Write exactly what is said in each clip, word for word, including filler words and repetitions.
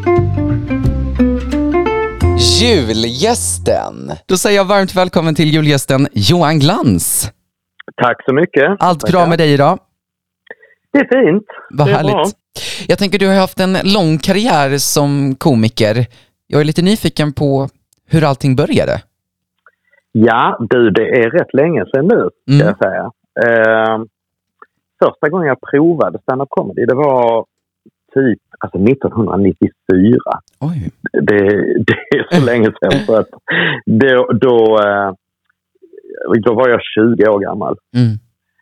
Julgästen. Då säger jag varmt välkommen till julgästen Johan Glans. Tack så mycket. Allt Tack. bra med dig idag? Det är fint. Vad det är härligt. bra. Jag tänker du har haft en lång karriär som komiker. Jag är lite nyfiken på hur allting började. Ja, du, det är rätt länge sedan nu, ska mm. jag säga. Eh, första gången jag provade stand-up comedy, det var typ alltså nittonhundranittiofyra. Oj. Det, det är så länge sedan. Så att då, då, eh, då var jag tjugo år gammal. Mm.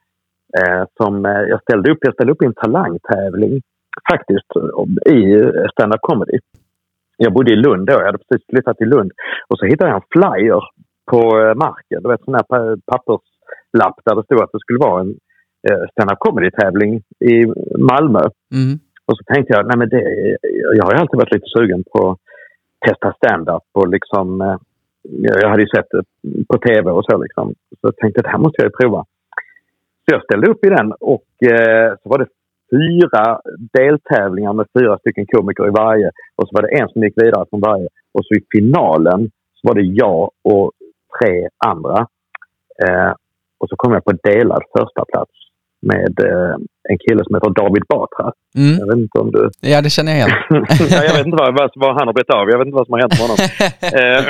Eh, som eh, jag ställde upp. Jag ställde upp i en talangtävling faktiskt i stand-up comedy. Jag bodde i Lund då. Jag hade precis flyttat till Lund. Och så hittade jag en flyer på eh, marken. Du vet, sån här papperslapp där det stod att det skulle vara en eh, stand-up comedy-tävling i Malmö. Mm. Och så tänkte jag, nej men det, jag har ju alltid varit lite sugen på att testa stand-up och liksom, eh, jag hade ju sett det på tv och så liksom. Så jag tänkte, det här måste jag ju prova. Så jag ställde upp i den och eh, så var det fyra deltävlingar med fyra stycken komiker i varje. Och så var det en som gick vidare från varje. Och så i finalen så var det jag och tre andra. Eh, och så kom jag på delad första plats med eh, en kille som heter David Batra. Mm. Jag vet inte om du... Ja, det känner jag igen. ja, jag vet inte vad, vad, vad han har blivit av. Jag vet inte vad som har hänt med honom. eh,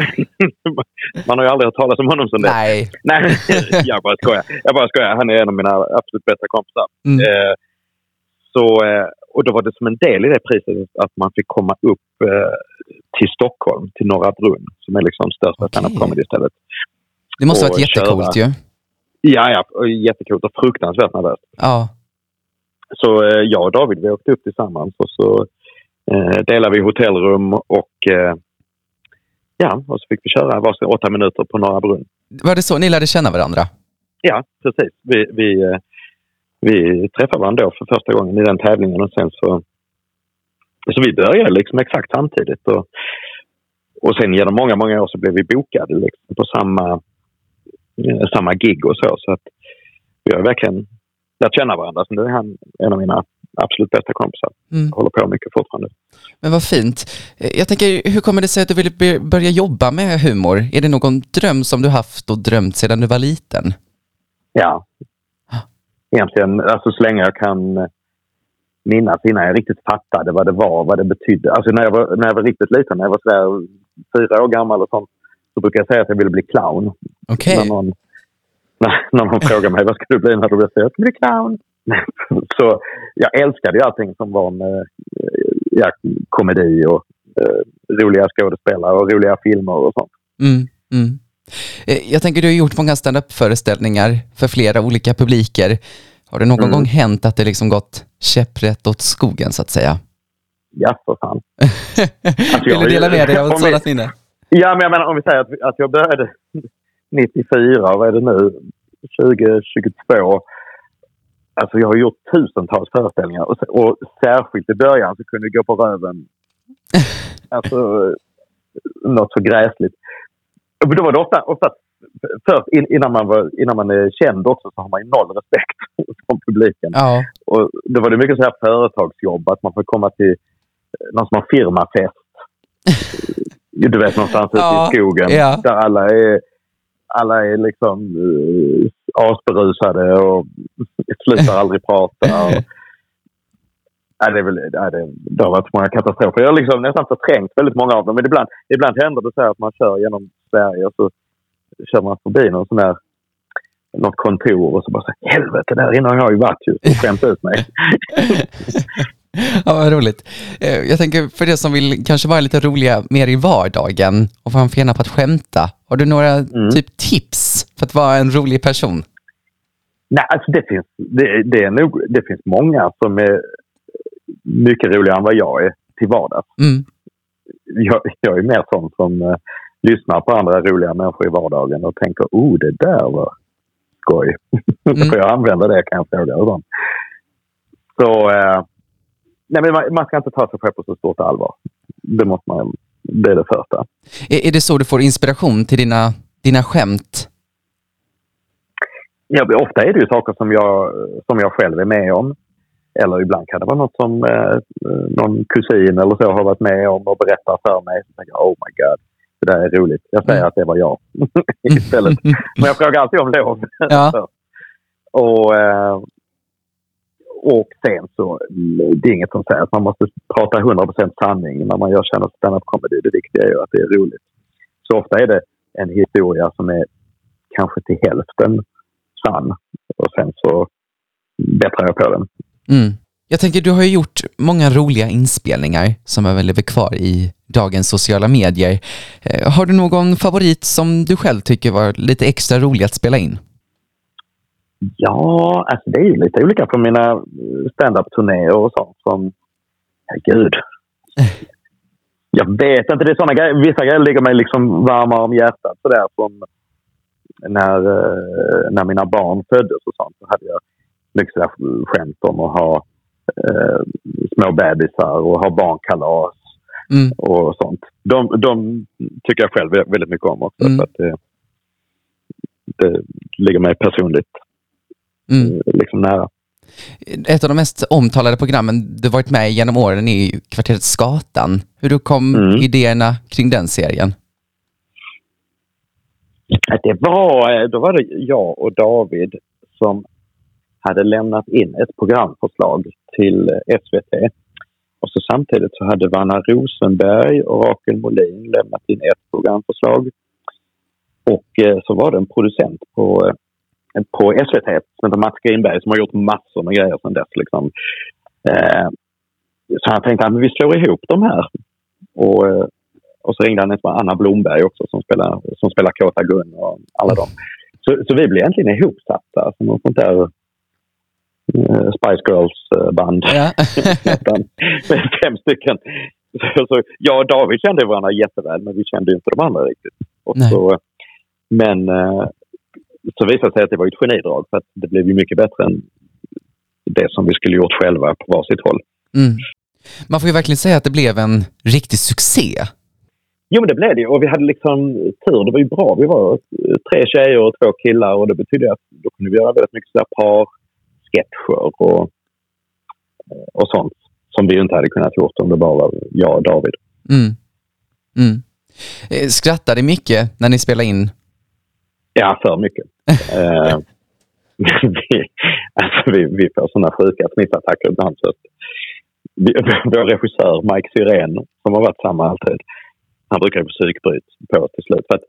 man har ju aldrig hört talas om honom som det. Nej. Nej, jag bara skojar. Jag bara skojar. Han är en av mina absolut bästa kompisar. Mm. Eh, så, eh, och då var det som en del i det priset att man fick komma upp eh, till Stockholm, till Norra Brunn, som är liksom största okay. stand-up comedy istället. Det måste ha varit jättecoolt ju. Ja, ja, jättekul och fruktansvärt nervöst. Ja. Så eh, jag och David, vi åkte upp tillsammans och så eh, delade vi hotellrum och eh, ja, och så fick vi köra varsin åtta minuter på Norra Brunn. Var det så ni lärde känna varandra? Ja, precis. Vi, vi, eh, vi träffade varandra då för första gången i den tävlingen och sen så så vi började liksom exakt samtidigt och, och sen genom många, många år så blev vi bokade liksom på samma samma gig och så, så att vi har verkligen lärt känna varandra. Så nu är han en av mina absolut bästa kompisar. Mm. Håller på mycket fortfarande. Men vad fint. Jag tänker, hur kommer det sig att du vill börja jobba med humor? Är det någon dröm som du haft och drömt sedan du var liten? Ja. Egentligen, alltså så länge jag kan minnas innan jag riktigt fattade vad det var, vad det betydde. Alltså när jag var, när jag var riktigt liten, när jag var sådär fyra år gammal och sånt, så brukar jag säga att jag ville bli clown. Okay. När någon, när, när någon frågar mig, vad ska du bli när du blir så? Jag ska bli clown. Så jag älskade ju allting som var med ja, komedi och eh, roliga skådespelare och roliga filmer och sånt. Mm, mm. Jag tänker, du har gjort många stand-up-föreställningar för flera olika publiker. Har det någon mm. gång hänt att det liksom gått käpprätt åt skogen så att säga? Ja, för fan. Alltså, Vill du dela med dig av ett sådant minne? Ja, men jag menar, om vi säger att, att jag började nittiofyra, vad är det nu? tjugo tjugotvå. Alltså jag har gjort tusentals föreställningar och, och särskilt i början så kunde jag gå på röven. Alltså, något så gräsligt. Och då var det ofta, ofta först innan man, var, innan man är känd också så har man ju noll respekt från publiken. Ja. Och då var det mycket så här företagsjobb, att man får komma till någon som har firmafest. Du vet, någonstans ja, ute i skogen ja. Där alla är alla är liksom uh, asberusade och slutar aldrig prata. Och, nej, det, är väl, nej, det, det har varit många katastrofer. Jag har liksom nästan förträngt väldigt många av dem. Men ibland, ibland händer det så här att man kör genom Sverige och så kör man förbi någon sån där, något kontor och så bara så helvete, där innan har jag ju varit ju och skämt ut mig. Ja, vad roligt. Jag tänker, för det som vill kanske vara lite roliga mer i vardagen och vara gärna på att skämta. Har du några mm. typ tips för att vara en rolig person? Nej, alltså det finns, det, det är nog, det finns många som är mycket roligare än vad jag är till vardags. Mm. Jag, jag är mer sån som uh, lyssnar på andra roliga människor i vardagen och tänker, oh, det där var skoj. Mm. Får jag använda det, kan jag fråga. Och sånt. Så... Uh, Nej, men man, man ska inte ta sig själv på så stort allvar. Det måste man, det är det första. Är, är det så du får inspiration till dina, dina skämt? Ja, ofta är det ju saker som jag, som jag själv är med om. Eller ibland kan det vara något som eh, någon kusin eller så har varit med om och berättar för mig. Så tänker jag, oh my god, det där är roligt. Jag säger mm. att det var jag istället. Men jag frågar alltid om lov. Ja. och, eh, och sen så, det är inget som säger att man måste prata hundra procent sanning när man gör stand-up comedy. Det viktiga är ju att det är roligt. Så ofta är det en historia som är kanske till hälften sann. Och sen så bättrar jag på den. Mm. Jag tänker, du har ju gjort många roliga inspelningar som är väl lever kvar i dagens sociala medier. Eh, har du någon favorit som du själv tycker var lite extra rolig att spela in? Ja, alltså det är ju lite olika på mina stand-up-turnéer och sånt som, herregud. Jag vet inte, det är såna grejer, vissa grejer ligger mig liksom varma om hjärtat sådär som när, när mina barn föddes och sånt så hade jag mycket sådär skämt om att ha eh, små bebisar och ha barnkalas mm. och sånt. De, de tycker jag själv väldigt mycket om också mm. för att det, det ligger mig personligt mm. liksom nära. Ett av de mest omtalade programmen du varit med i genom åren är ju Kvarteret Skatan. Hur kom mm. idéerna kring den serien? Det var, då var det jag och David som hade lämnat in ett programförslag till S V T. Och så samtidigt så hade Vanna Rosenberg och Rakel Molin lämnat in ett programförslag. Och eh, så var det en producent på, eh, på S V T som heter Mats Grinberg som har gjort massor med grejer sedan dess. Liksom. Eh, så han tänkte att vi slår ihop de här. Och, eh, och så ringde han med Anna Blomberg också som spelar, som spelar Kåta Gun och alla dem. Så, så vi blev egentligen ihopsatta som något sånt där uh, Spice Girls uh, band. Ja. Med fem stycken. Så, så, jag och David kände varandra jätteväl men vi kände inte de andra riktigt. Och så, men uh, så visade det sig att det var ett genidrag för att det blev ju mycket bättre än det som vi skulle gjort själva på varsitt håll. Mm. Man får ju verkligen säga att det blev en riktig succé. Jo, men det blev det. Och vi hade liksom tur. Det var ju bra. Vi var tre tjejer och två killar. Och det betydde att då kunde vi göra väldigt mycket sådär par sketcher och, och sånt. Som vi inte hade kunnat gjort om det bara var jag och David. Mm. Mm. Skrattade mycket när ni spelade in? Ja, för mycket. uh, vi, alltså vi, vi får sådana sjuka smittattacker ibland. Så vår regissör Mike Syrén som har varit samma alltid. Han brukar ju få psykbryt på till slut. För att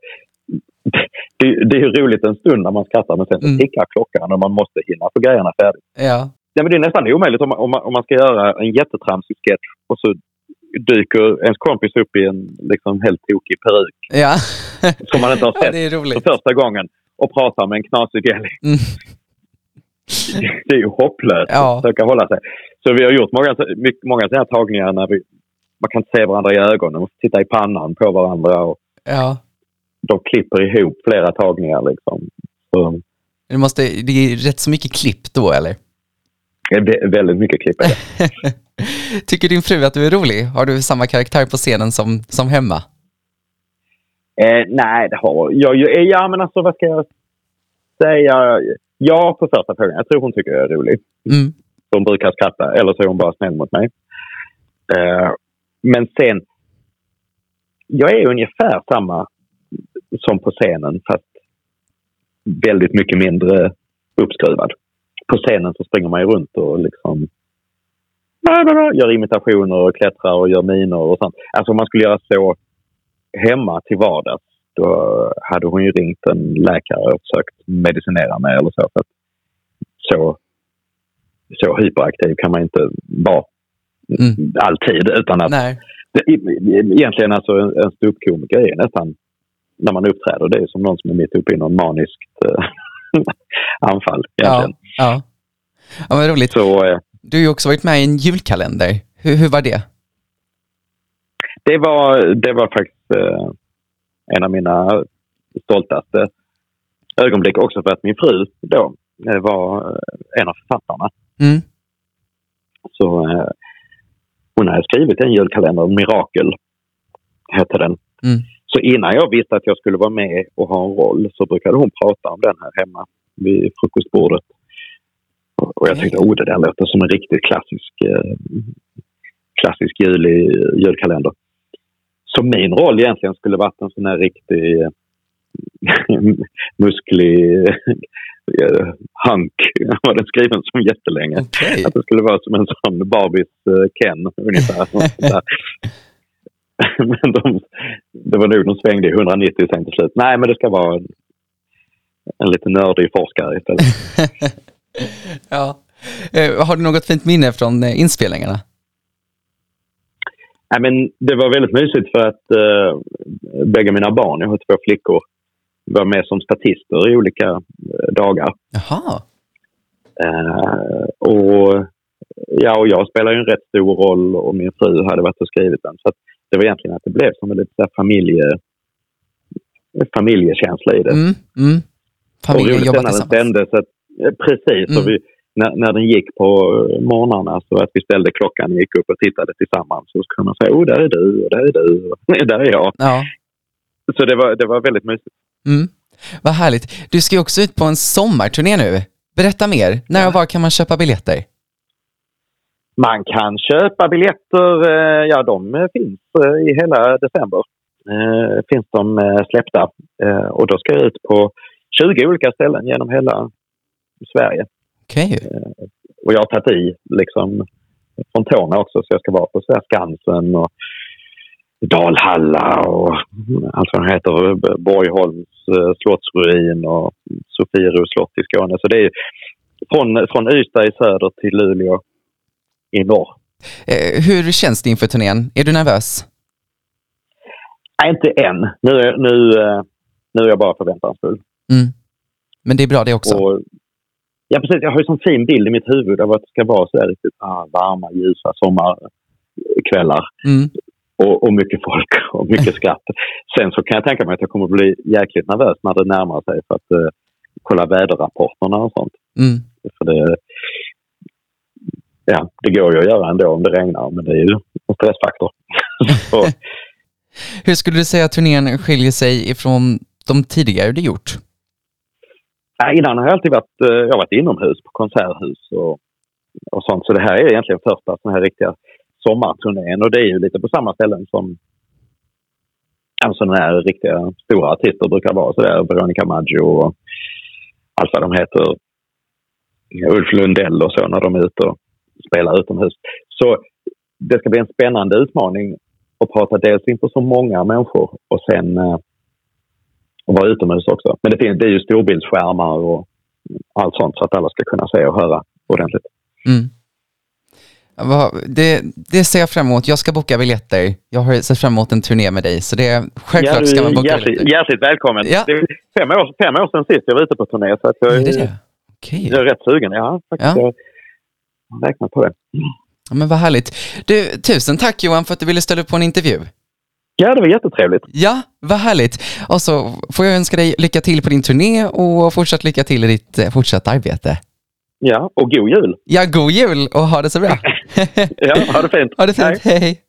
det, det är ju roligt en stund när man skrattar men sen så tickar klockan och man måste hinna få grejerna färdigt. Ja. Ja, men det är nästan omöjligt om man, om man, om man ska göra en jättetramsig sketch och så dyker ens kompis upp i en liksom helt tokig peruk. Ja. Som man inte har sett ja, det är roligt. för första gången och pratar med en knasig gälling. Mm. Det är ju hopplöst ja. Att försöka hålla sig. Så vi har gjort många, många sådana tagningar när vi man kan se varandra i ögonen och titta i pannan på varandra och ja. De klipper ihop flera tagningar liksom. Så. Det, måste, det är rätt så mycket klipp då, eller? Det är väldigt mycket klipp. Tycker din fru att du är rolig? Har du samma karaktär på scenen som, som hemma? Eh, nej, det har jag ju. Ja, men alltså vad ska jag säga? Ja, på första frågan. Jag tror hon tycker jag är rolig. Mm. Hon brukar skratta, eller så är hon bara snäll mot mig. Eh, Men sen, jag är ungefär samma som på scenen fast väldigt mycket mindre uppskruvad. På scenen så springer man ju runt och liksom gör imitationer och klättrar och gör miner och sånt. Alltså om man skulle göra så hemma till vardags då hade hon ju ringt en läkare och försökt medicinera mig eller så. För att så, så hyperaktiv kan man inte vara. Mm. Alltid utan att Nej. Det, egentligen alltså en, en ståuppkomiker är nästan när man uppträder det är som någon som är mitt uppe i någon maniskt äh, anfall egentligen. Ja, ja. Ja, men roligt. Så, äh, du har ju också varit med i en julkalender. Hur, hur var det? Det var, det var faktiskt äh, en av mina stoltaste ögonblick också för att min fru då var en av författarna. Mm. Så äh, hon hade skrivit en julkalender, Mirakel heter den. Mm. Så innan jag visste att jag skulle vara med och ha en roll så brukade hon prata om den här hemma vid frukostbordet. Och jag tyckte, oh, det där låter som en riktigt klassisk, eh, klassisk jul i julkalender. Så min roll egentligen skulle varit en sån här riktig eh, musklig eh, hunk. Jag var den skriven som jättelänge. Okay. Att det skulle vara som en sån Barbies eh, Ken ungefär. Men de, det var nog de svängde i hundranittio sen till slut. Nej, men det ska vara en, en lite nördig forskare istället. Ja. Eh, har du något fint minne från eh, inspelningarna? Nej, men det var väldigt mysigt för att eh, bägge mina barn, jag har två flickor, var med som statister i olika eh, dagar. Jaha. Eh, och, ja, och jag spelar ju en rätt stor roll och min fru hade varit och skrivit den. Så att det var egentligen att det blev som en lite så här familje, familjekänsla i det. Mm, mm. Familjen jobbar tillsammans. Så att, precis, mm. och vi, när, när den gick på morgnarna så att vi ställde klockan och gick upp och tittade tillsammans så kunde man säga, oh, där är du och där är du och där är jag. Ja. Så det var, det var väldigt mysigt. Mm. Vad härligt. Du ska ju också ut på en sommarturné nu. Berätta mer. När och var kan man köpa biljetter? Man kan köpa biljetter, ja de finns i hela december. Eh, finns de släppta. Eh, och då ska jag ut på tjugo olika ställen genom hela Sverige. Okej. Okay. Eh, och jag har tagit i liksom från tårna också, så jag ska vara på så här Skansen och Dalhalla och allt vad det heter, Borgholms eh, slottsruin och Sofieros slott i Skåne. Så det är från, från Ystad i söder till Luleå i norr. Eh, hur känns det inför turnén? Är du nervös? Nej, inte än. Nu, nu, nu är jag bara förväntansfull. Mm. Men det är bra det också. Och, ja, precis. Jag har ju sån fin bild i mitt huvud av att det ska vara så här riktigt ah, varma, ljusa sommarkvällar. Mm. Och, och mycket folk och mycket skratt. Sen så kan jag tänka mig att jag kommer att bli jäkligt nervös när det närmar sig för att uh, kolla väderrapporterna och sånt. Mm. För det, ja, det går ju att göra ändå om det regnar, men det är ju en stressfaktor. Så. Hur skulle du säga att turnén skiljer sig ifrån de tidigare du gjort? Ja, innan har jag alltid varit, jag har varit inomhus på konserthus och, och sånt. Så det här är egentligen första sån här riktiga sommarturnén. Och det är ju lite på samma ställen som alltså den här riktiga stora artister brukar vara. Så det är Veronica Maggio och allt vad de heter. Ulf Lundell och så när de är ute och spelar utomhus. Så det ska bli en spännande utmaning att prata dels inför så många människor och sen eh, och vara utomhus också. Men det, finns, det är ju storbildsskärmar och allt sånt så att alla ska kunna se och höra ordentligt. Mm. Det, det ser jag fram emot. Jag ska boka biljetter. Jag har sett fram emot en turné med dig. Så det är självklart ja, ska man boka hjärtligt, biljetter. Hjärtligt välkommen. Ja. Det är fem år, fem år sedan sist jag var ute på turné. Så att jag, är det det? Okay. jag är rätt sugen. Ja, faktiskt. Ja. Jag räknar på det. Ja, men vad härligt. Du, tusen tack Johan för att du ville ställa upp på en intervju. Ja, det var jättetrevligt. Ja, vad härligt. Och så får jag önska dig lycka till på din turné och fortsatt lycka till i ditt fortsatta arbete. Ja, och god jul. Ja, god jul och ha det så bra. Ja, ha det fint. Ha det fint, hej. hej.